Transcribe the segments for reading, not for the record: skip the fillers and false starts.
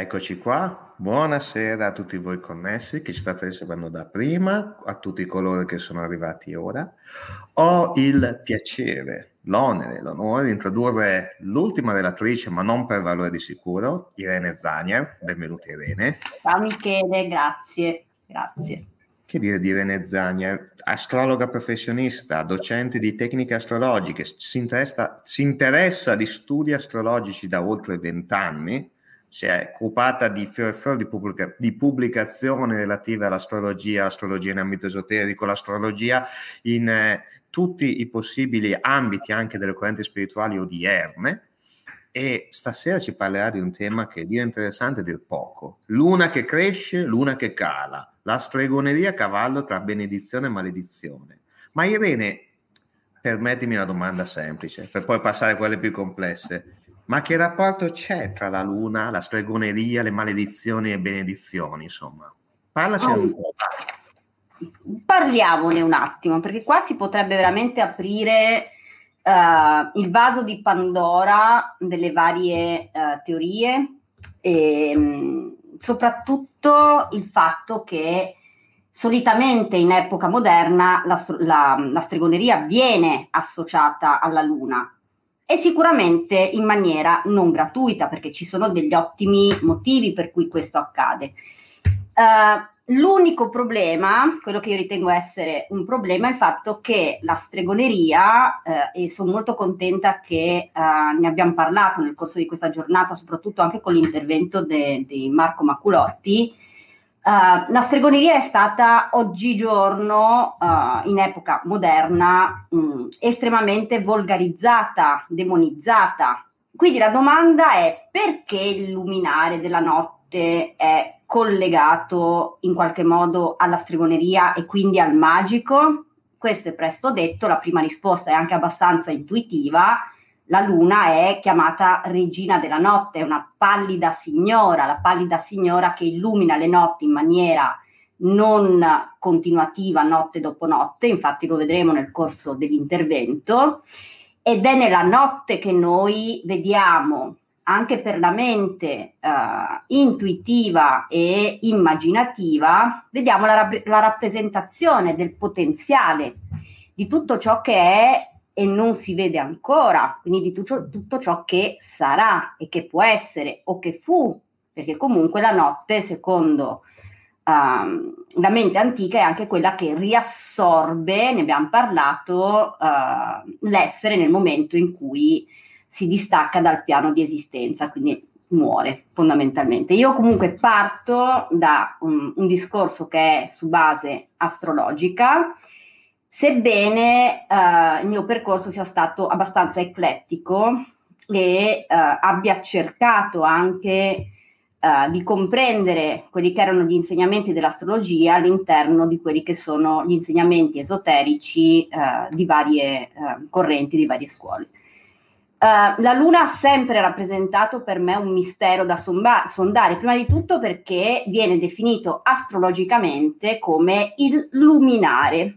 Eccoci qua, buonasera a tutti voi connessi che ci state seguendo da prima, a tutti coloro che sono arrivati ora. Ho il piacere, l'onere, l'onore di introdurre l'ultima relatrice, ma non per valore di sicuro, Irene Zanier. Benvenuta Irene. Ciao Michele, grazie. Che dire di Irene Zanier? Astrologa professionista, docente di tecniche astrologiche, si interessa di studi astrologici da oltre 20 anni. Si è occupata di fior di pubblicazioni relative all'astrologia, l'astrologia in ambito esoterico, l'astrologia in tutti i possibili ambiti anche delle correnti spirituali odierne. E stasera ci parlerà di un tema che è interessante a dir poco. Luna che cresce, luna che cala. La stregoneria a cavallo tra benedizione e maledizione. Ma Irene, permettimi una domanda semplice, per poi passare a quelle più complesse. Ma che rapporto c'è tra la luna, la stregoneria, le maledizioni e benedizioni, insomma? Parlacene un po'. Parliamone un attimo, perché qua si potrebbe veramente aprire il vaso di Pandora delle varie teorie e soprattutto il fatto che solitamente in epoca moderna la stregoneria viene associata alla luna. E sicuramente in maniera non gratuita, perché ci sono degli ottimi motivi per cui questo accade. L'unico problema, quello che io ritengo essere un problema, è il fatto che la stregoneria, e sono molto contenta che ne abbiamo parlato nel corso di questa giornata, soprattutto anche con l'intervento di Marco Maculotti, la stregoneria è stata oggigiorno, in epoca moderna, estremamente volgarizzata, demonizzata. Quindi la domanda è: perché il luminare della notte è collegato in qualche modo alla stregoneria e quindi al magico? Questo è presto detto, la prima risposta è anche abbastanza intuitiva. La luna è chiamata regina della notte, è una pallida signora, la pallida signora che illumina le notti in maniera non continuativa notte dopo notte, infatti lo vedremo nel corso dell'intervento, ed è nella notte che noi vediamo, anche per la mente intuitiva e immaginativa, vediamo la rappresentazione del potenziale di tutto ciò che è e non si vede ancora, quindi di tutto ciò che sarà e che può essere o che fu, perché comunque la notte, secondo la mente antica, è anche quella che riassorbe, ne abbiamo parlato, l'essere nel momento in cui si distacca dal piano di esistenza, quindi muore fondamentalmente. Io comunque parto da un discorso che è su base astrologica, sebbene il mio percorso sia stato abbastanza eclettico e abbia cercato anche di comprendere quelli che erano gli insegnamenti dell'astrologia all'interno di quelli che sono gli insegnamenti esoterici di varie correnti, di varie scuole. La luna ha sempre rappresentato per me un mistero da sondare, prima di tutto perché viene definito astrologicamente come il luminare,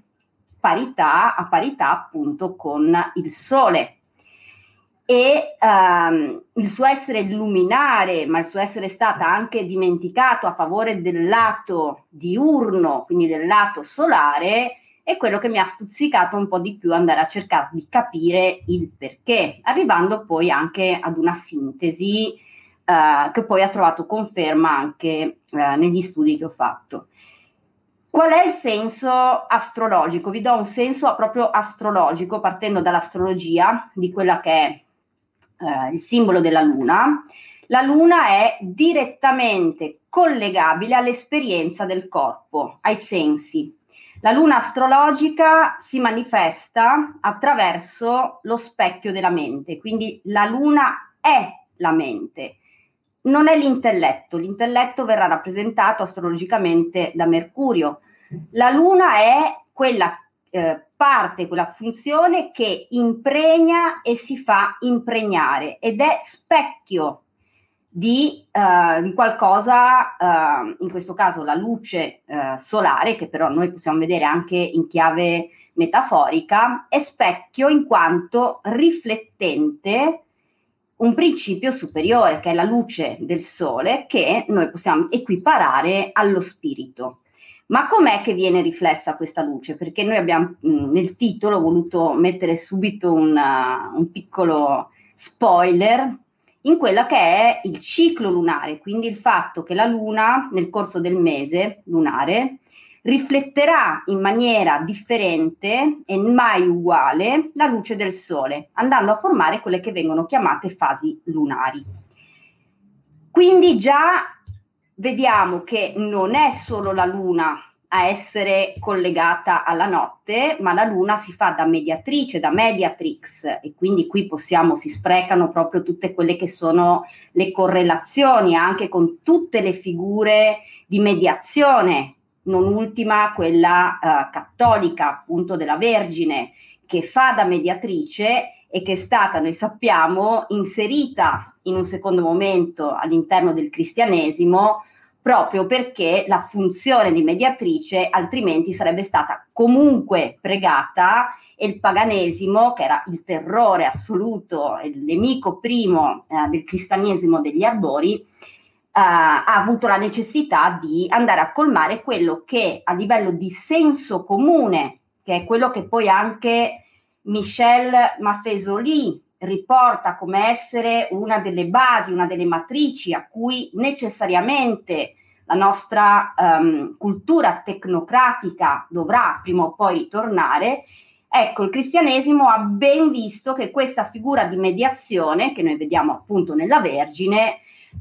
a parità appunto con il Sole. E il suo essere luminare, ma il suo essere stata anche dimenticato a favore del lato diurno, quindi del lato solare, è quello che mi ha stuzzicato un po' di più andare a cercare di capire il perché, arrivando poi anche ad una sintesi che poi ha trovato conferma anche negli studi che ho fatto. Qual è il senso astrologico? Vi do un senso proprio astrologico, partendo dall'astrologia, di quella che è il simbolo della luna. La luna è direttamente collegabile all'esperienza del corpo, ai sensi. La luna astrologica si manifesta attraverso lo specchio della mente, quindi la luna è la mente, non è l'intelletto. L'intelletto verrà rappresentato astrologicamente da Mercurio. La luna è quella parte, quella funzione che impregna e si fa impregnare ed è specchio di qualcosa, in questo caso la luce solare, che però noi possiamo vedere anche in chiave metaforica, è specchio in quanto riflettente un principio superiore, che è la luce del sole, che noi possiamo equiparare allo spirito. Ma com'è che viene riflessa questa luce? Perché noi abbiamo nel titolo voluto mettere subito un piccolo spoiler in quella che è il ciclo lunare, quindi il fatto che la luna nel corso del mese lunare rifletterà in maniera differente e mai uguale la luce del sole, andando a formare quelle che vengono chiamate fasi lunari. Quindi già vediamo che non è solo la luna a essere collegata alla notte, ma la luna si fa da mediatrice, da mediatrix, e quindi qui si sprecano proprio tutte quelle che sono le correlazioni anche con tutte le figure di mediazione, non ultima quella cattolica, appunto della Vergine, che fa da mediatrice e che è stata, noi sappiamo, inserita in un secondo momento all'interno del cristianesimo, proprio perché la funzione di mediatrice altrimenti sarebbe stata comunque pregata, e il paganesimo, che era il terrore assoluto, il nemico primo del cristianesimo degli Arbori, ha avuto la necessità di andare a colmare quello che a livello di senso comune, che è quello che poi anche Michel Maffesoli riporta come essere una delle basi, una delle matrici a cui necessariamente la nostra cultura tecnocratica dovrà prima o poi tornare. Ecco, il cristianesimo ha ben visto che questa figura di mediazione, che noi vediamo appunto nella Vergine,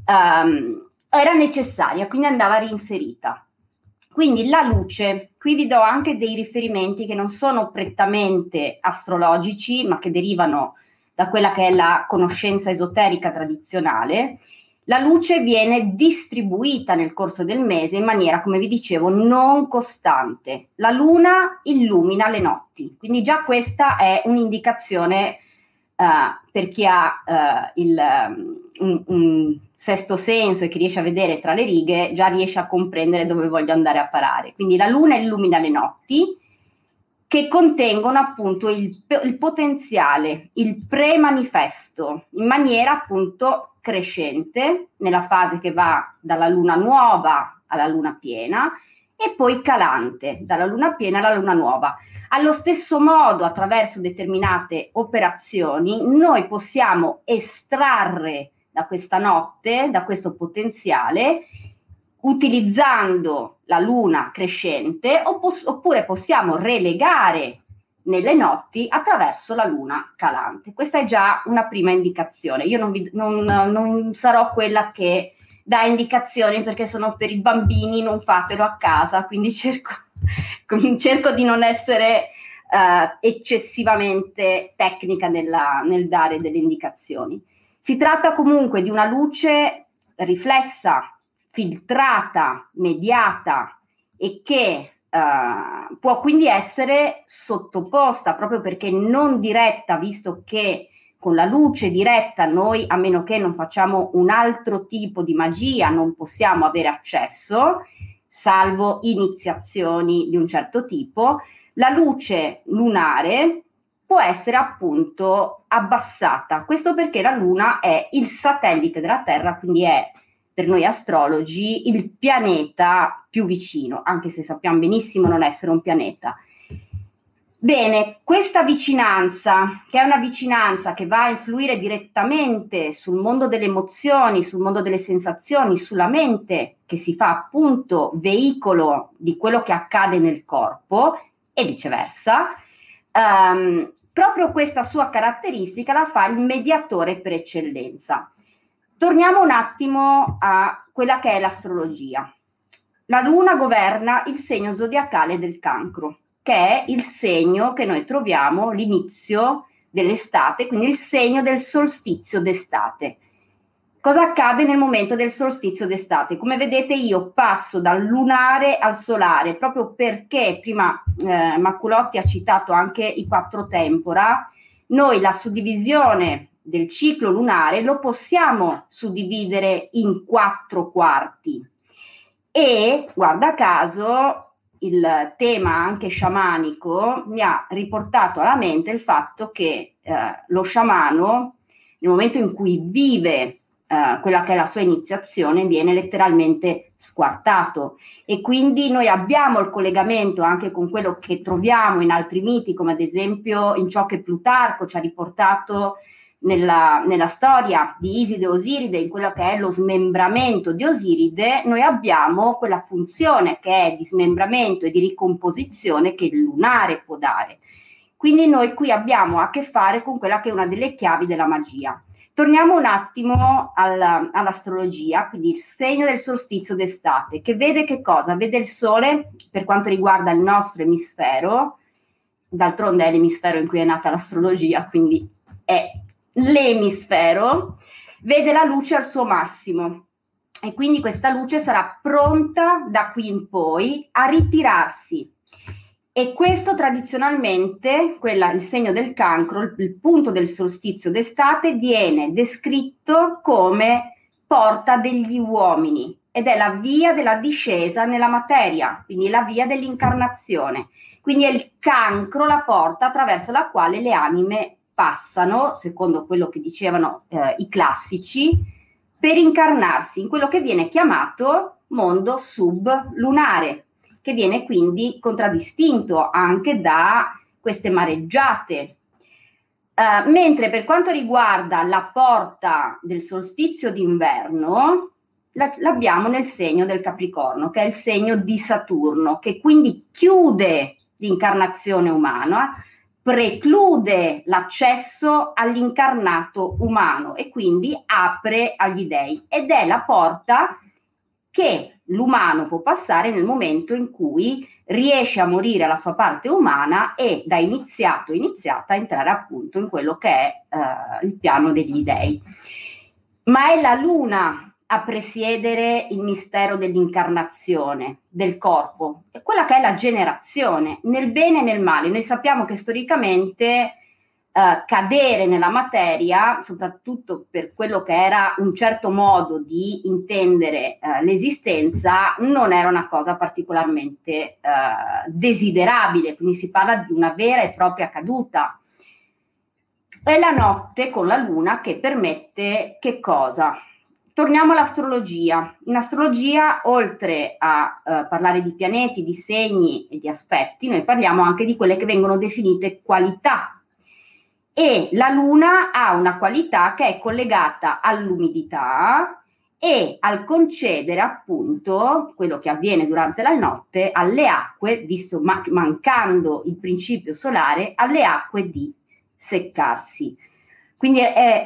era necessaria, quindi andava reinserita. Quindi la luce, qui vi do anche dei riferimenti che non sono prettamente astrologici, ma che derivano da quella che è la conoscenza esoterica tradizionale. La luce viene distribuita nel corso del mese in maniera, come vi dicevo, non costante. La luna illumina le notti, quindi già questa è un'indicazione per chi ha un sesto senso e chi riesce a vedere tra le righe, già riesce a comprendere dove voglio andare a parare. Quindi la luna illumina le notti, che contengono appunto il potenziale, il premanifesto, in maniera appunto crescente, nella fase che va dalla luna nuova alla luna piena, e poi calante, dalla luna piena alla luna nuova. Allo stesso modo, attraverso determinate operazioni, noi possiamo estrarre da questa notte, da questo potenziale, utilizzando la luna crescente, oppure possiamo relegare nelle notti attraverso la luna calante. Questa è già una prima indicazione. Io non sarò quella che dà indicazioni, perché sono per i bambini, non fatelo a casa, quindi cerco di non essere eccessivamente tecnica nel dare delle indicazioni. Si tratta comunque di una luce riflessa, filtrata, mediata, e che può quindi essere sottoposta, proprio perché non diretta, visto che con la luce diretta noi, a meno che non facciamo un altro tipo di magia, non possiamo avere accesso, salvo iniziazioni di un certo tipo. La luce lunare può essere appunto abbassata. Questo perché la luna è il satellite della Terra, quindi è per noi astrologi il pianeta più vicino, anche se sappiamo benissimo non essere un pianeta. Bene, questa vicinanza, che è una vicinanza che va a influire direttamente sul mondo delle emozioni, sul mondo delle sensazioni, sulla mente, che si fa appunto veicolo di quello che accade nel corpo e viceversa, proprio questa sua caratteristica la fa il mediatore per eccellenza. Torniamo un attimo a quella che è l'astrologia. La luna governa il segno zodiacale del Cancro, che è il segno che noi troviamo l'inizio dell'estate, quindi il segno del solstizio d'estate. Cosa accade nel momento del solstizio d'estate? Come vedete io passo dal lunare al solare, proprio perché prima Macculotti ha citato anche i 4 tempora. Noi la suddivisione del ciclo lunare lo possiamo suddividere in 4 quarti, e guarda caso il tema anche sciamanico mi ha riportato alla mente il fatto che lo sciamano nel momento in cui vive quella che è la sua iniziazione, viene letteralmente squartato. E quindi noi abbiamo il collegamento anche con quello che troviamo in altri miti, come ad esempio in ciò che Plutarco ci ha riportato nella storia di Iside e Osiride, in quello che è lo smembramento di Osiride. Noi abbiamo quella funzione che è di smembramento e di ricomposizione che il lunare può dare. Quindi noi qui abbiamo a che fare con quella che è una delle chiavi della magia. Torniamo un attimo all'astrologia, quindi il segno del solstizio d'estate, che vede che cosa? Vede il sole per quanto riguarda il nostro emisfero, d'altronde è l'emisfero in cui è nata l'astrologia, quindi è l'emisfero, vede la luce al suo massimo e quindi questa luce sarà pronta da qui in poi a ritirarsi. E questo tradizionalmente, il segno del Cancro, il punto del solstizio d'estate, viene descritto come porta degli uomini ed è la via della discesa nella materia, quindi la via dell'incarnazione. Quindi è il cancro, la porta attraverso la quale le anime passano, secondo quello che dicevano i classici, per incarnarsi in quello che viene chiamato mondo sublunare, che viene quindi contraddistinto anche da queste mareggiate. Mentre per quanto riguarda la porta del solstizio d'inverno, l'abbiamo nel segno del Capricorno, che è il segno di Saturno, che quindi chiude l'incarnazione umana, preclude l'accesso all'incarnato umano e quindi apre agli dei, ed è la porta che l'umano può passare nel momento in cui riesce a morire alla sua parte umana e da iniziato o iniziata a entrare appunto in quello che è il piano degli dei. Ma è la luna a presiedere il mistero dell'incarnazione del corpo, è quella che è la generazione, nel bene e nel male. Noi sappiamo che storicamente cadere nella materia, soprattutto per quello che era un certo modo di intendere l'esistenza, non era una cosa particolarmente desiderabile, quindi si parla di una vera e propria caduta. È la notte con la luna che permette che cosa? Torniamo all'astrologia. In astrologia, oltre a parlare di pianeti, di segni e di aspetti, noi parliamo anche di quelle che vengono definite qualità. E la luna ha una qualità che è collegata all'umidità e al concedere appunto quello che avviene durante la notte alle acque, visto mancando il principio solare, alle acque di seccarsi. Quindi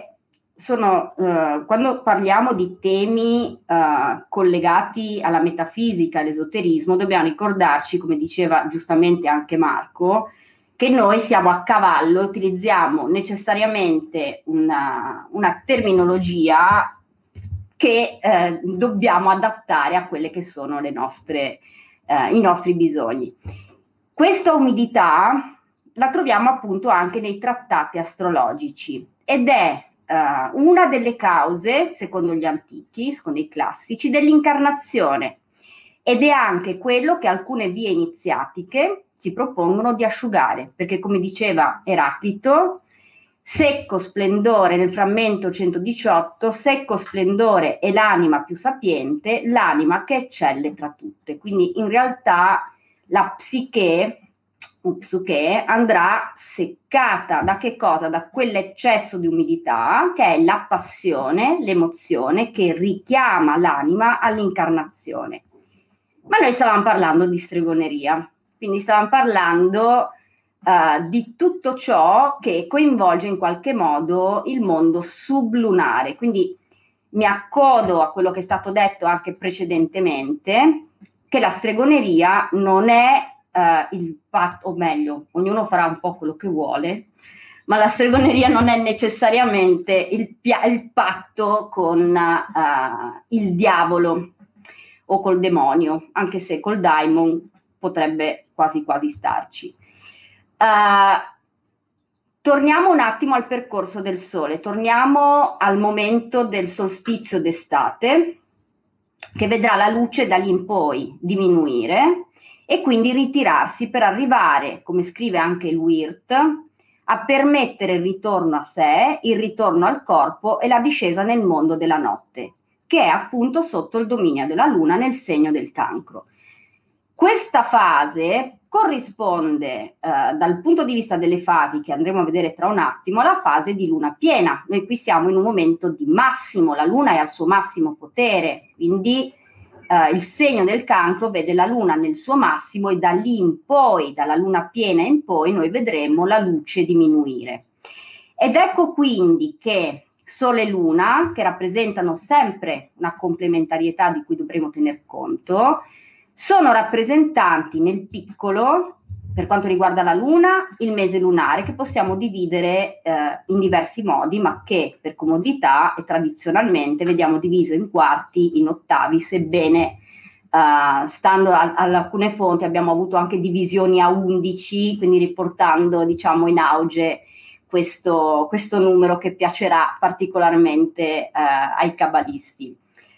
quando parliamo di temi collegati alla metafisica, all'esoterismo, dobbiamo ricordarci, come diceva giustamente anche Marco, che noi siamo a cavallo, utilizziamo necessariamente una terminologia che dobbiamo adattare a quelle che sono i nostri bisogni. Questa umidità la troviamo appunto anche nei trattati astrologici ed è una delle cause, secondo gli antichi, secondo i classici, dell'incarnazione, ed è anche quello che alcune vie iniziatiche si propongono di asciugare, perché come diceva Eraclito, secco splendore nel frammento 118, secco splendore è l'anima più sapiente, l'anima che eccelle tra tutte. Quindi in realtà la psiche andrà seccata da che cosa? Da quell'eccesso di umidità che è la passione, l'emozione che richiama l'anima all'incarnazione. Ma noi stavamo parlando di stregoneria, quindi stavamo parlando di tutto ciò che coinvolge in qualche modo il mondo sublunare. Quindi mi accodo a quello che è stato detto anche precedentemente, che la stregoneria non è il patto, o meglio, ognuno farà un po' quello che vuole, ma la stregoneria non è necessariamente il patto con il diavolo o col demonio, anche se col daimon potrebbe quasi quasi starci. Torniamo un attimo al percorso del Sole, torniamo al momento del solstizio d'estate, che vedrà la luce da lì in poi diminuire e quindi ritirarsi per arrivare, come scrive anche il Wirth, a permettere il ritorno a sé, il ritorno al corpo e la discesa nel mondo della notte, che è appunto sotto il dominio della Luna nel segno del Cancro. Questa fase corrisponde dal punto di vista delle fasi che andremo a vedere tra un attimo alla fase di luna piena. Noi qui siamo in un momento di massimo, la Luna è al suo massimo potere, quindi il segno del Cancro vede la Luna nel suo massimo e da lì in poi, dalla Luna piena in poi, noi vedremo la luce diminuire. Ed ecco quindi che Sole e Luna, che rappresentano sempre una complementarietà di cui dovremo tener conto, sono rappresentanti nel piccolo, per quanto riguarda la Luna, il mese lunare, che possiamo dividere in diversi modi, ma che per comodità e tradizionalmente vediamo diviso in quarti, in ottavi, sebbene stando ad alcune fonti abbiamo avuto anche divisioni a 11, quindi riportando, diciamo, in auge questo numero che piacerà particolarmente ai cabalisti.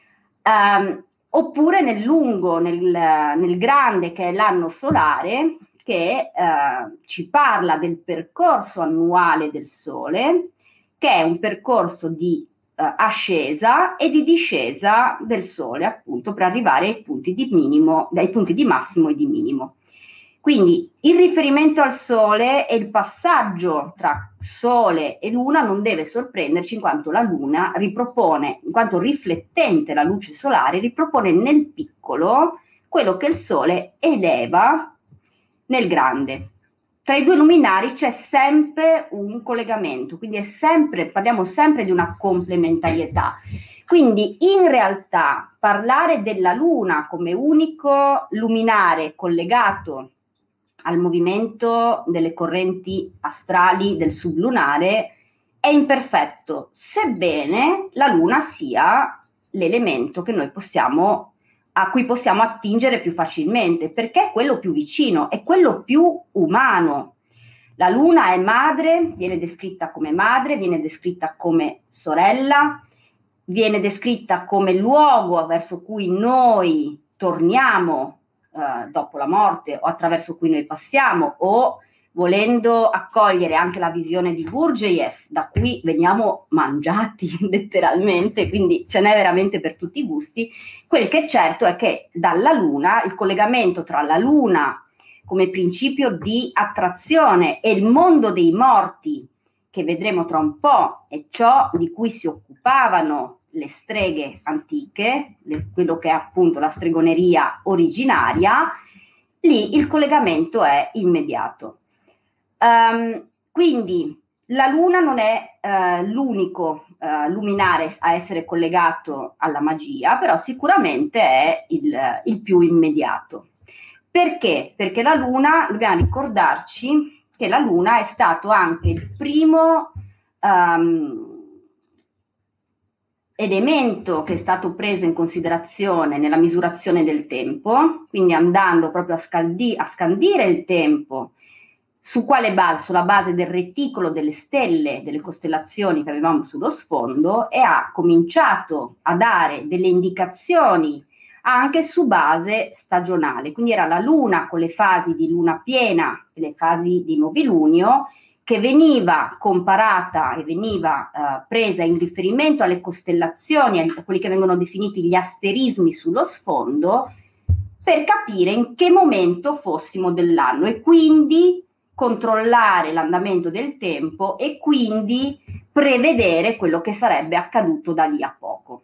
Oppure nel lungo, nel grande, che è l'anno solare, che ci parla del percorso annuale del Sole, che è un percorso di ascesa e di discesa del Sole, appunto, per arrivare ai punti di minimo, dai punti di massimo e di minimo. Quindi il riferimento al Sole e il passaggio tra Sole e Luna non deve sorprenderci, in quanto la Luna ripropone, in quanto riflettente la luce solare, ripropone nel piccolo quello che il Sole eleva nel grande. Tra i due luminari c'è sempre un collegamento, quindi è sempre, parliamo sempre di una complementarietà. Quindi in realtà parlare della Luna come unico luminare collegato al movimento delle correnti astrali del sublunare è imperfetto, sebbene la Luna sia l'elemento che noi a cui possiamo attingere più facilmente, perché è quello più vicino, è quello più umano. La Luna è madre, viene descritta come madre, viene descritta come sorella, viene descritta come luogo verso cui noi torniamo dopo la morte, o attraverso cui noi passiamo, o volendo accogliere anche la visione di Gurdjieff, da cui veniamo mangiati letteralmente, quindi ce n'è veramente per tutti i gusti. Quel che è certo è che dalla Luna, il collegamento tra la Luna come principio di attrazione e il mondo dei morti, che vedremo tra un po', è ciò di cui si occupavano le streghe antiche, quello che è appunto la stregoneria originaria, lì il collegamento è immediato. Quindi la Luna non è l'unico luminare a essere collegato alla magia, però sicuramente è il più immediato. Perché? Perché la Luna, dobbiamo ricordarci che la Luna è stato anche il primo elemento che è stato preso in considerazione nella misurazione del tempo, quindi andando proprio a scandire il tempo. Su quale base? Sulla base del reticolo delle stelle, delle costellazioni che avevamo sullo sfondo, e ha cominciato a dare delle indicazioni anche su base stagionale. Quindi era la Luna con le fasi di luna piena e le fasi di novilunio che veniva comparata e veniva presa in riferimento alle costellazioni, a quelli che vengono definiti gli asterismi sullo sfondo, per capire in che momento fossimo dell'anno e quindi controllare l'andamento del tempo e quindi prevedere quello che sarebbe accaduto da lì a poco.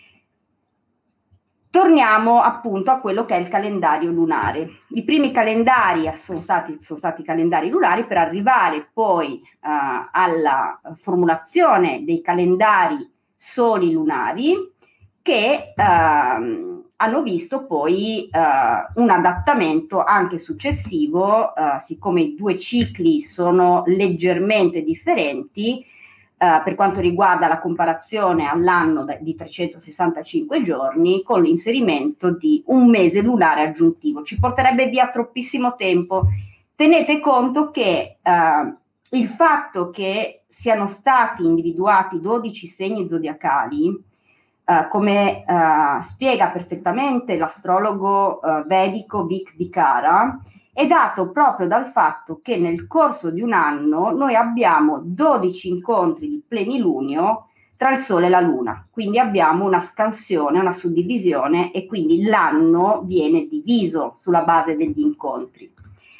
Torniamo appunto a quello che è il calendario lunare. I primi calendari sono stati calendari lunari, per arrivare poi alla formulazione dei calendari soli lunari, che hanno visto poi un adattamento anche successivo, siccome i due cicli sono leggermente differenti per quanto riguarda la comparazione all'anno di 365 giorni, con l'inserimento di un mese lunare aggiuntivo. Ci porterebbe via troppissimo tempo. Tenete conto che il fatto che siano stati individuati 12 segni zodiacali, come spiega perfettamente l'astrologo vedico Vic Dikara, è dato proprio dal fatto che nel corso di un anno noi abbiamo 12 incontri di plenilunio tra il Sole e la Luna, quindi abbiamo una scansione, una suddivisione, e quindi l'anno viene diviso sulla base degli incontri.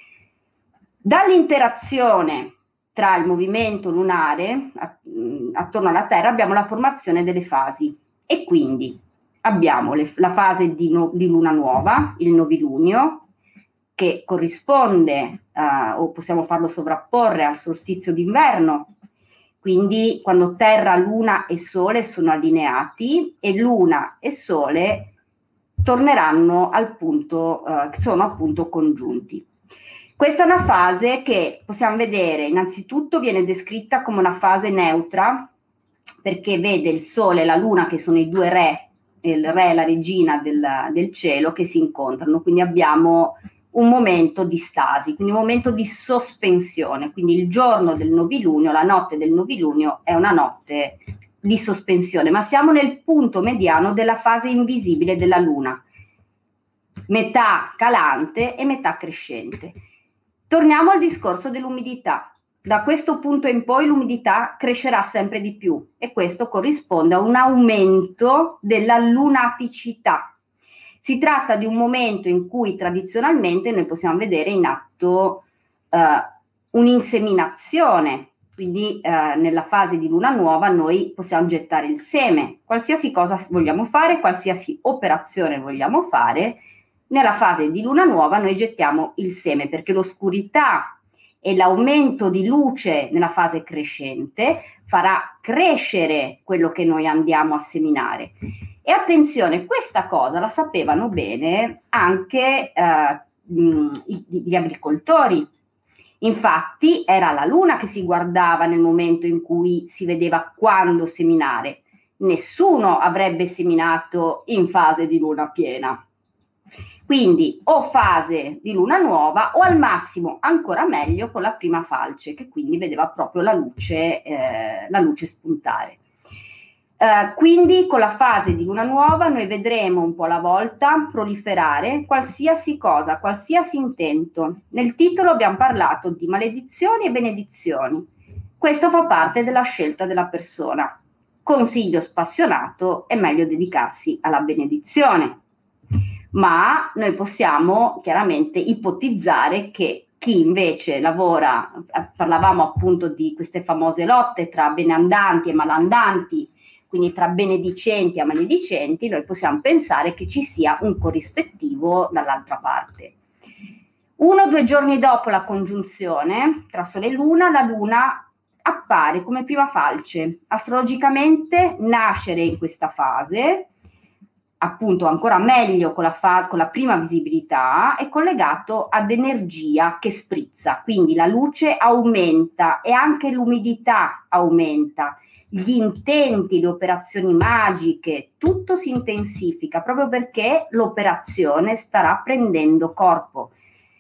Dall'interazione tra il movimento lunare attorno alla Terra abbiamo la formazione delle fasi, e quindi abbiamo la fase di luna nuova, il novilunio, che corrisponde, o possiamo farlo sovrapporre al solstizio d'inverno, quindi quando Terra, Luna e Sole sono allineati, e Luna e Sole torneranno al punto, sono appunto congiunti. Questa è una fase che possiamo vedere, innanzitutto viene descritta come una fase neutra, perché vede il Sole e la Luna, che sono i due re, il re e la regina del cielo, che si incontrano, quindi abbiamo un momento di stasi, quindi un momento di sospensione. Quindi il giorno del novilunio, la notte del novilunio è una notte di sospensione, ma siamo nel punto mediano della fase invisibile della Luna, metà calante e metà crescente. Torniamo al discorso dell'umidità. Da questo punto in poi l'umidità crescerà sempre di più, e questo corrisponde a un aumento della lunaticità. Si tratta di un momento in cui tradizionalmente noi possiamo vedere in atto un'inseminazione, quindi nella fase di luna nuova noi possiamo gettare il seme, qualsiasi cosa vogliamo fare, qualsiasi operazione vogliamo fare, nella fase di luna nuova noi gettiamo il seme, perché l'oscurità e l'aumento di luce nella fase crescente farà crescere quello che noi andiamo a seminare. E attenzione, questa cosa la sapevano bene anche gli agricoltori. Infatti era la luna che si guardava nel momento in cui si vedeva quando seminare. Nessuno avrebbe seminato in fase di luna piena. Quindi o fase di luna nuova, o al massimo, ancora meglio, con la prima falce, che quindi vedeva proprio la luce spuntare. Quindi con la fase di luna nuova noi vedremo un po' alla volta proliferare qualsiasi cosa, qualsiasi intento. Nel titolo abbiamo parlato di maledizioni e benedizioni. Questo fa parte della scelta della persona. Consiglio spassionato: è meglio dedicarsi alla benedizione. Ma noi possiamo chiaramente ipotizzare che chi invece lavora, parlavamo appunto di queste famose lotte tra beneandanti e malandanti, quindi tra benedicenti e maledicenti, noi possiamo pensare che ci sia un corrispettivo dall'altra parte. 1 o 2 giorni dopo la congiunzione tra Sole e Luna, la Luna appare come prima falce. Astrologicamente nascere in questa fase, appunto ancora meglio con la prima visibilità, è collegato ad energia che sprizza, quindi la luce aumenta e anche l'umidità aumenta, gli intenti, le operazioni magiche, tutto si intensifica proprio perché l'operazione starà prendendo corpo.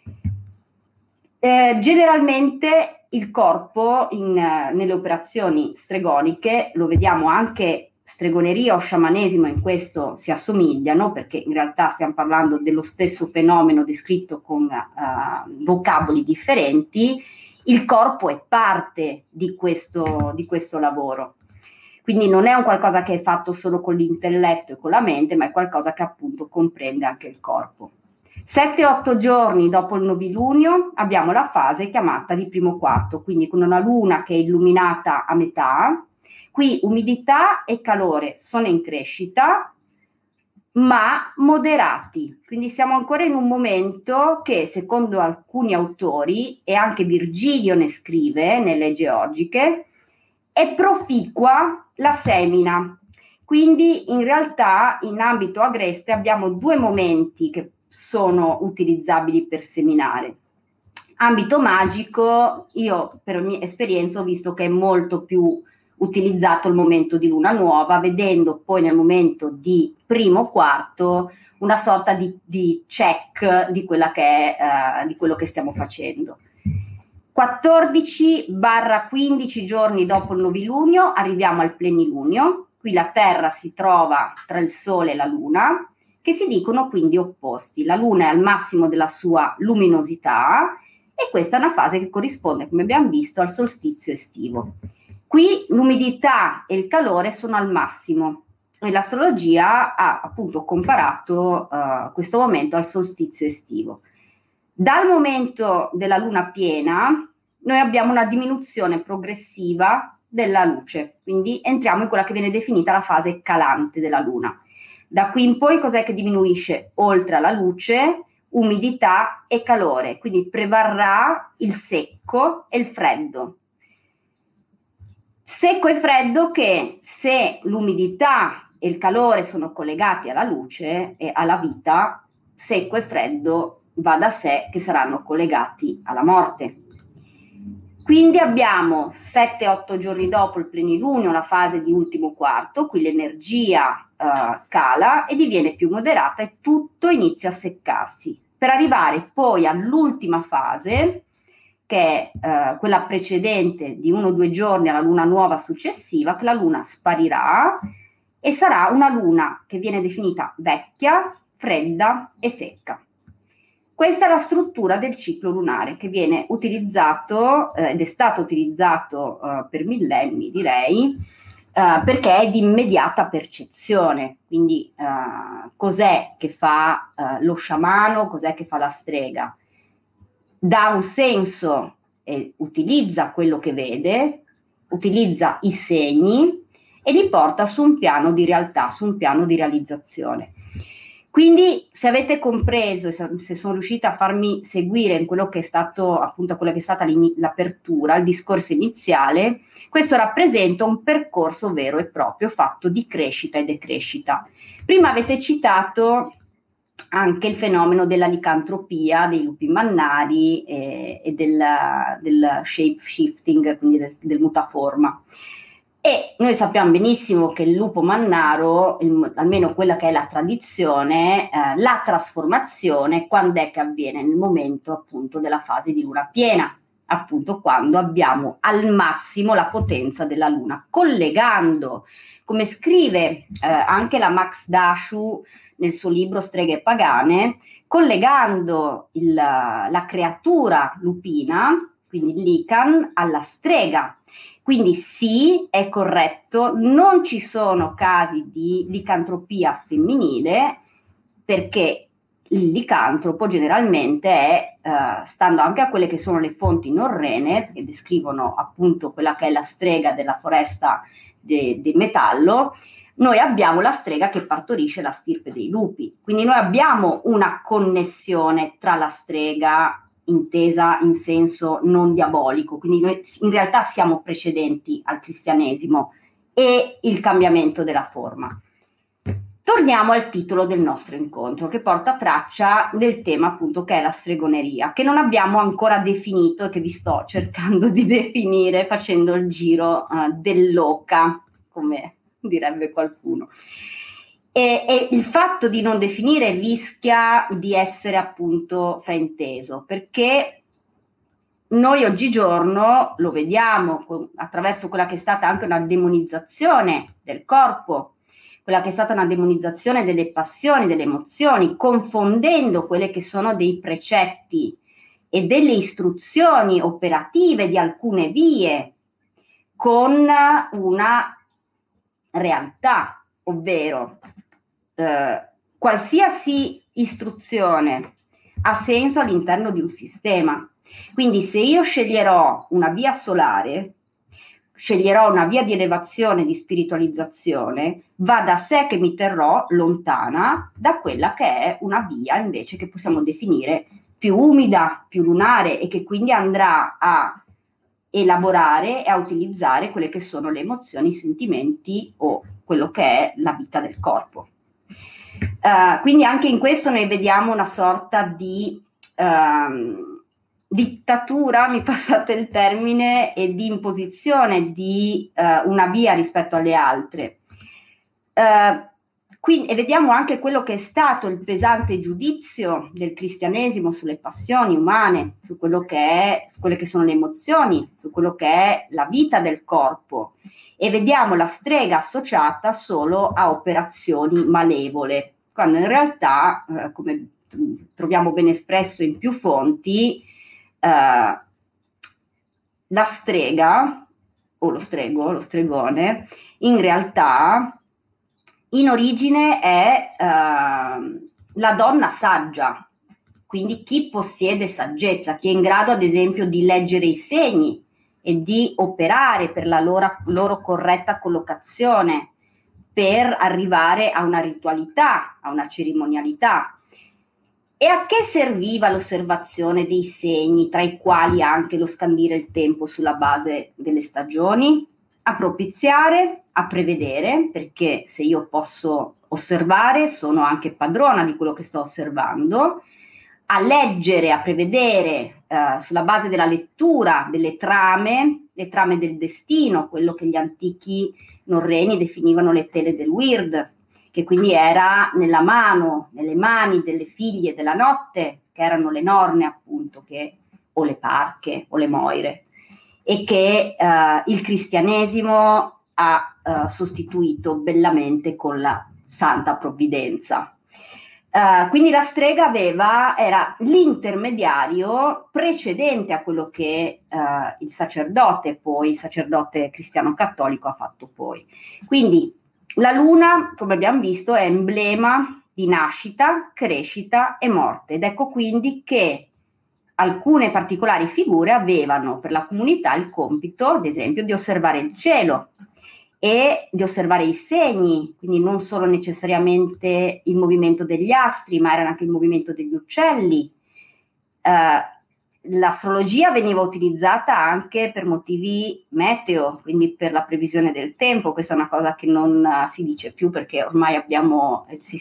Generalmente il corpo nelle operazioni stregoniche, lo vediamo anche, stregoneria o sciamanesimo in questo si assomigliano, perché in realtà stiamo parlando dello stesso fenomeno descritto con vocaboli differenti. Il corpo è parte di questo lavoro, quindi non è un qualcosa che è fatto solo con l'intelletto e con la mente, ma è qualcosa che appunto comprende anche il corpo. 7-8 giorni dopo il novilunio abbiamo la fase chiamata di primo quarto, quindi con una luna che è illuminata a metà. Qui umidità e calore sono in crescita, ma moderati. Quindi siamo ancora in un momento che, secondo alcuni autori, e anche Virgilio ne scrive nelle Georgiche, è proficua la semina. Quindi in realtà in ambito agreste abbiamo 2 momenti che sono utilizzabili per seminare. Ambito magico, io per mia esperienza ho visto che è molto più utilizzato il momento di luna nuova, vedendo poi nel momento di primo quarto una sorta di check di quella che è, di quello che stiamo facendo. 14-15 giorni dopo il novilunio arriviamo al plenilunio. Qui la Terra si trova tra il Sole e la Luna, che si dicono quindi opposti. La Luna è al massimo della sua luminosità e questa è una fase che corrisponde, come abbiamo visto, al solstizio estivo. Qui l'umidità e il calore sono al massimo e l'astrologia ha appunto comparato questo momento al solstizio estivo. Dal momento della luna piena noi abbiamo una diminuzione progressiva della luce, quindi entriamo in quella che viene definita la fase calante della luna. Da qui in poi cos'è che diminuisce? Oltre alla luce, umidità e calore, quindi prevarrà il secco e il freddo. Secco e freddo che, se l'umidità e il calore sono collegati alla luce e alla vita, secco e freddo va da sé che saranno collegati alla morte. Quindi abbiamo 7-8 giorni dopo il plenilunio, la fase di ultimo quarto, qui l'energia cala e diviene più moderata e tutto inizia a seccarsi, per arrivare poi all'ultima fase, che è quella precedente di 1 o 2 giorni alla luna nuova successiva, che la luna sparirà e sarà una luna che viene definita vecchia, fredda e secca. Questa è la struttura del ciclo lunare che viene utilizzato ed è stato utilizzato per millenni, direi, perché è di immediata percezione. Quindi cos'è che fa lo sciamano, cos'è che fa la strega? Dà un senso e utilizza quello che vede, utilizza i segni e li porta su un piano di realtà, su un piano di realizzazione. Quindi, se avete compreso, se sono riuscita a farmi seguire in quello che è stato, appunto, quella che è stata l'apertura, il discorso iniziale, questo rappresenta un percorso vero e proprio fatto di crescita e decrescita. Prima avete citato anche il fenomeno della licantropia, dei lupi mannari e del shape shifting, quindi del mutaforma. E noi sappiamo benissimo che il lupo mannaro, almeno quella che è la tradizione, la trasformazione, quando è che avviene? Nel momento appunto della fase di luna piena, appunto quando abbiamo al massimo la potenza della luna, collegando, come scrive anche la Max Dashu nel suo libro Streghe Pagane, collegando la creatura lupina, quindi il lican, alla strega. Quindi sì, è corretto, non ci sono casi di licantropia femminile perché il licantropo generalmente è, stando anche a quelle che sono le fonti norrene, che descrivono appunto quella che è la strega della foresta del metallo, noi abbiamo la strega che partorisce la stirpe dei lupi. Quindi noi abbiamo una connessione tra la strega intesa in senso non diabolico, quindi noi in realtà siamo precedenti al cristianesimo e il cambiamento della forma. Torniamo al titolo del nostro incontro, che porta traccia del tema appunto che è la stregoneria, che non abbiamo ancora definito e che vi sto cercando di definire facendo il giro dell'oca, come direbbe qualcuno. E il fatto di non definire rischia di essere appunto frainteso, perché noi oggigiorno lo vediamo attraverso quella che è stata anche una demonizzazione del corpo, quella che è stata una demonizzazione delle passioni, delle emozioni, confondendo quelle che sono dei precetti e delle istruzioni operative di alcune vie con una realtà, ovvero qualsiasi istruzione ha senso all'interno di un sistema. Quindi se io sceglierò una via solare, sceglierò una via di elevazione, di spiritualizzazione, va da sé che mi terrò lontana da quella che è una via invece che possiamo definire più umida, più lunare e che quindi andrà a elaborare e a utilizzare quelle che sono le emozioni, i sentimenti o quello che è la vita del corpo. Quindi anche in questo noi vediamo una sorta di dittatura, mi passate il termine, e di imposizione di una via rispetto alle altre. Quindi, e vediamo anche quello che è stato il pesante giudizio del cristianesimo sulle passioni umane, su quello che è, su quelle che sono le emozioni, su quello che è la vita del corpo. E vediamo la strega associata solo a operazioni malevole, quando in realtà, come troviamo ben espresso in più fonti, la strega o lo stregone, in realtà in origine è la donna saggia, quindi chi possiede saggezza, chi è in grado ad esempio di leggere i segni e di operare per la loro corretta collocazione, per arrivare a una ritualità, a una cerimonialità. E a che serviva l'osservazione dei segni, tra i quali anche lo scandire il tempo sulla base delle stagioni? A propiziare, a prevedere, perché se io posso osservare sono anche padrona di quello che sto osservando, a leggere, a prevedere sulla base della lettura delle trame, le trame del destino, quello che gli antichi norreni definivano le tele del Weird, che quindi era nelle mani delle figlie della notte, che erano le norne appunto, o le parche o le moire, e che il cristianesimo ha sostituito bellamente con la santa provvidenza. Quindi la strega era l'intermediario precedente a quello che il sacerdote cristiano cattolico ha fatto poi. Quindi la luna, come abbiamo visto, è emblema di nascita, crescita e morte, ed ecco quindi che alcune particolari figure avevano per la comunità il compito, ad esempio, di osservare il cielo e di osservare i segni, quindi non solo necessariamente il movimento degli astri, ma era anche il movimento degli uccelli. L'astrologia veniva utilizzata anche per motivi meteo, quindi per la previsione del tempo. Questa è una cosa che non si dice più, perché ormai abbiamo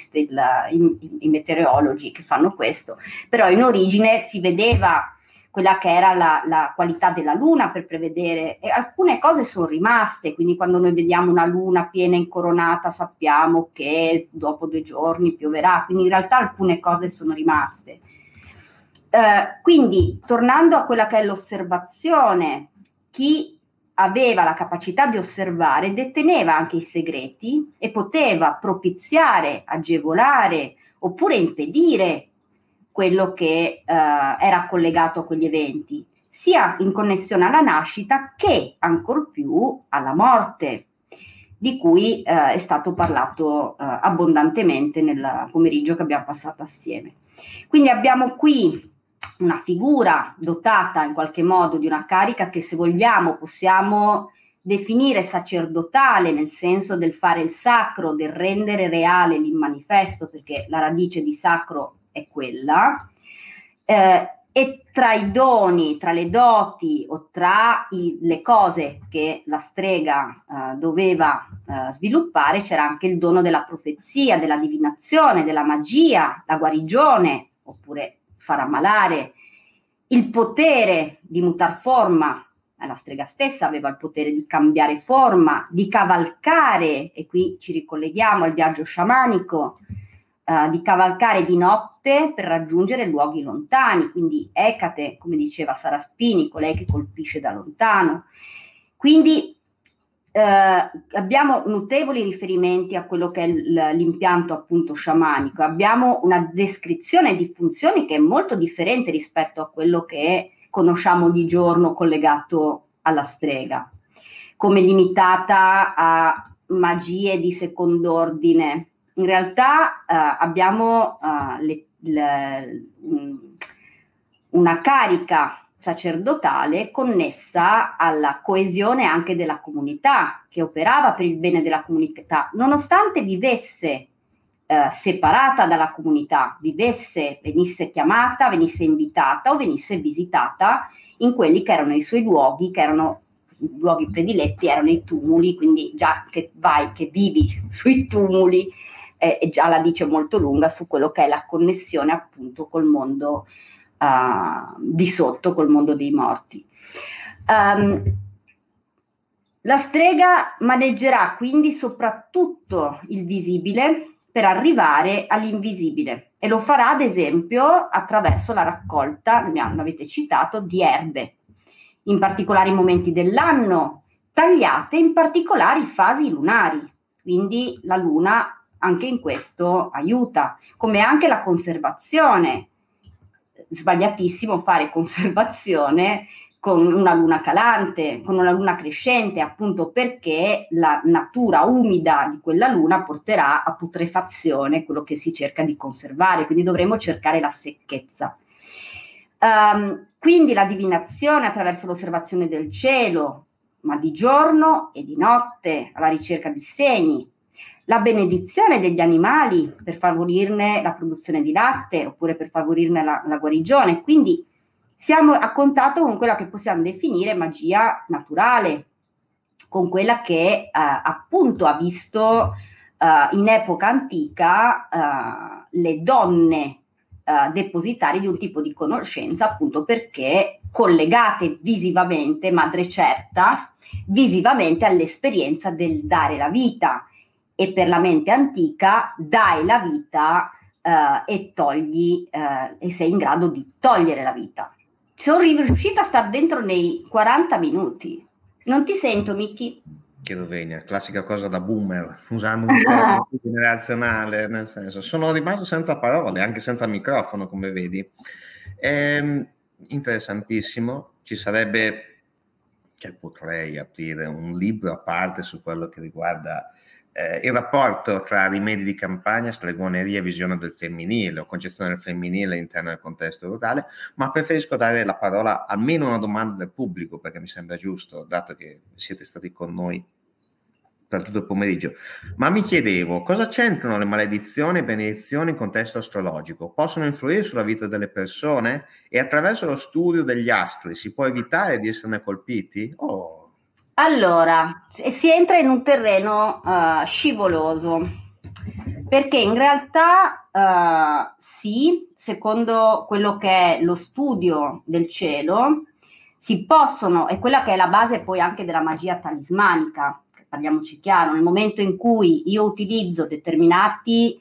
i meteorologi che fanno questo, però in origine si vedeva quella che era la qualità della luna per prevedere, e alcune cose sono rimaste, quindi quando noi vediamo una luna piena incoronata sappiamo che dopo 2 giorni pioverà, quindi in realtà alcune cose sono rimaste. Quindi tornando a quella che è l'osservazione, chi aveva la capacità di osservare deteneva anche i segreti e poteva propiziare, agevolare oppure impedire quello che era collegato a quegli eventi, sia in connessione alla nascita che ancor più alla morte, di cui è stato parlato abbondantemente nel pomeriggio che abbiamo passato assieme. Quindi abbiamo qui una figura dotata in qualche modo di una carica che, se vogliamo, possiamo definire sacerdotale, nel senso del fare il sacro, del rendere reale l'immanifesto, perché la radice di sacro è quella, e tra i doni, tra le doti o tra le cose che la strega doveva sviluppare, c'era anche il dono della profezia, della divinazione, della magia, la guarigione, oppure far ammalare, il potere di mutar forma. La strega stessa aveva il potere di cambiare forma, di cavalcare, e qui ci ricolleghiamo al viaggio sciamanico, di cavalcare di notte per raggiungere luoghi lontani, quindi Ecate, come diceva Sara Spini, colei che colpisce da lontano. Quindi abbiamo notevoli riferimenti a quello che è l'impianto appunto sciamanico, abbiamo una descrizione di funzioni che è molto differente rispetto a quello che conosciamo ogni giorno collegato alla strega, come limitata a magie di second'ordine. In realtà abbiamo una carica sacerdotale connessa alla coesione anche della comunità, che operava per il bene della comunità, nonostante vivesse separata dalla comunità, venisse chiamata, venisse invitata o venisse visitata in quelli che erano i suoi luoghi, che erano i luoghi prediletti, erano i tumuli, quindi già che vivi sui tumuli, già la dice molto lunga su quello che è la connessione appunto col mondo di sotto, col mondo dei morti. La strega maneggerà quindi soprattutto il visibile per arrivare all'invisibile, e lo farà ad esempio attraverso la raccolta, l'avete citato, di erbe in particolari momenti dell'anno, tagliate in particolari fasi lunari. Quindi la luna anche in questo aiuta, come anche la conservazione. Sbagliatissimo fare conservazione con una luna calante, con una luna crescente, appunto perché la natura umida di quella luna porterà a putrefazione quello che si cerca di conservare, quindi dovremo cercare la secchezza. Quindi la divinazione attraverso l'osservazione del cielo, ma di giorno e di notte, alla ricerca di segni, la benedizione degli animali per favorirne la produzione di latte oppure per favorirne la guarigione. Quindi siamo a contatto con quella che possiamo definire magia naturale, con quella che appunto ha visto in epoca antica le donne depositari di un tipo di conoscenza, appunto perché collegate visivamente, madre certa, visivamente all'esperienza del dare la vita. E per la mente antica dai la vita e togli e sei in grado di togliere la vita. Sono riuscita a stare dentro nei 40 minuti. Non ti sento, Miki? Chiedo Venia, classica cosa da boomer, usando un termine generazionale, nel senso, sono rimasto senza parole, anche senza microfono, come vedi. Interessantissimo, ci sarebbe, cioè potrei aprire un libro a parte su quello che riguarda il rapporto tra rimedi di campagna, stregoneria e visione del femminile o concezione del femminile all'interno del contesto rurale, ma preferisco dare la parola almeno a una domanda del pubblico, perché mi sembra giusto, dato che siete stati con noi per tutto il pomeriggio. Ma mi chiedevo, cosa c'entrano le maledizioni e benedizioni in contesto astrologico? Possono influire sulla vita delle persone? E attraverso lo studio degli astri si può evitare di esserne colpiti? Allora, si entra in un terreno scivoloso, perché in realtà sì, secondo quello che è lo studio del cielo, si possono, e quella che è la base poi anche della magia talismanica, parliamoci chiaro, nel momento in cui io utilizzo determinate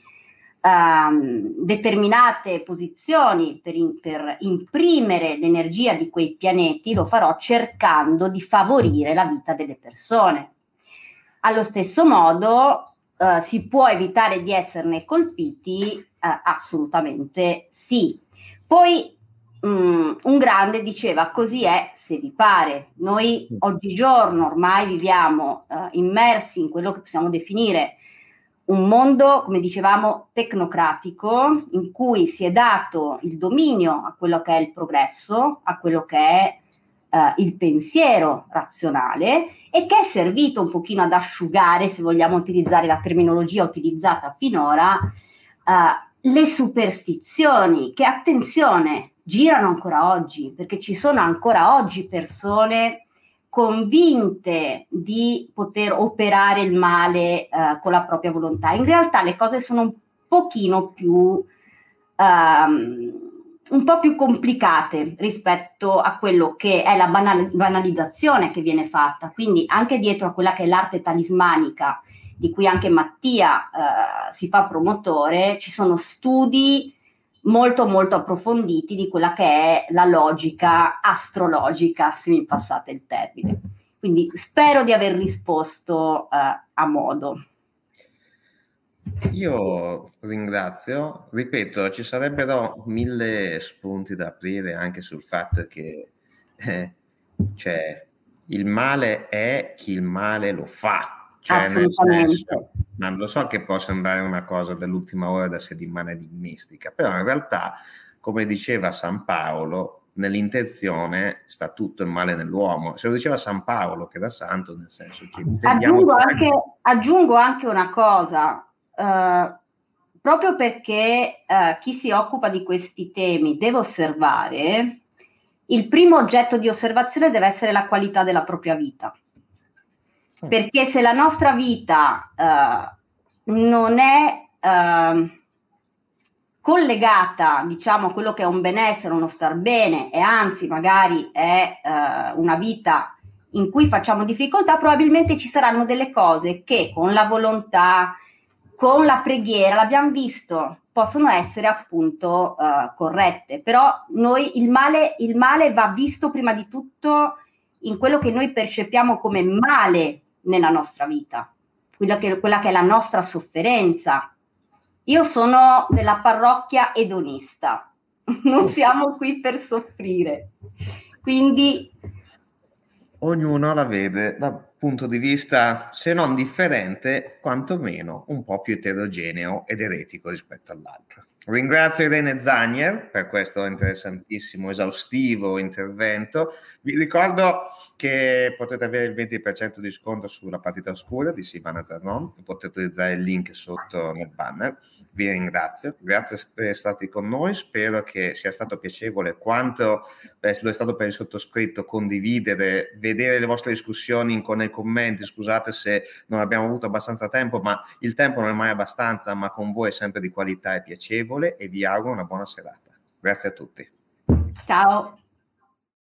posizioni per imprimere l'energia di quei pianeti, lo farò cercando di favorire la vita delle persone. Allo stesso modo si può evitare di esserne colpiti? Assolutamente sì. Poi un grande diceva: così è se vi pare. Noi oggigiorno ormai viviamo immersi in quello che possiamo definire un mondo, come dicevamo, tecnocratico, in cui si è dato il dominio a quello che è il progresso, a quello che è il pensiero razionale, e che è servito un pochino ad asciugare, se vogliamo utilizzare la terminologia utilizzata finora, le superstizioni, che, attenzione, girano ancora oggi, perché ci sono ancora oggi persone convinte di poter operare il male con la propria volontà. In realtà le cose sono un pochino più un po' più complicate rispetto a quello che è la banalizzazione che viene fatta. Quindi anche dietro a quella che è l'arte talismanica, di cui anche Mattia si fa promotore, ci sono studi molto molto approfonditi di quella che è la logica astrologica, se mi passate il termine. Quindi spero di aver risposto a modo. Io ringrazio, ripeto, ci sarebbero 1000 spunti da aprire anche sul fatto che cioè, il male è chi il male lo fa. Cioè, assolutamente. Nel senso, ma lo so che può sembrare una cosa dell'ultima ora da settimana enigmistica, però in realtà, come diceva San Paolo, nell'intenzione sta tutto il male nell'uomo. Se lo diceva San Paolo, che era santo, nel senso che aggiungo anche una cosa. Proprio perché chi si occupa di questi temi deve osservare, il primo oggetto di osservazione deve essere la qualità della propria vita, perché se la nostra vita non è collegata, diciamo, a quello che è un benessere, uno star bene, e anzi magari è una vita in cui facciamo difficoltà, probabilmente ci saranno delle cose che con la volontà, con la preghiera, l'abbiamo visto, possono essere appunto corrette. Però noi il male va visto prima di tutto in quello che noi percepiamo come male nella nostra vita. quella che è la nostra sofferenza. Io sono della parrocchia edonista, non siamo qui per soffrire, quindi ognuno la vede dal punto di vista, se non differente, quantomeno un po' più eterogeneo ed eretico rispetto all'altro. Ringrazio Irene Zanier per questo interessantissimo, esaustivo intervento. Vi ricordo che potete avere il 20% di sconto sulla partita oscura di Silvana Zarnon, potete utilizzare il link sotto nel banner. Vi ringrazio, grazie per essere stati con noi, spero che sia stato piacevole quanto lo è stato per il sottoscritto condividere, vedere le vostre discussioni nei commenti. Scusate se non abbiamo avuto abbastanza tempo, ma il tempo non è mai abbastanza, ma con voi è sempre di qualità e piacevole, e vi auguro una buona serata. Grazie a tutti. Ciao.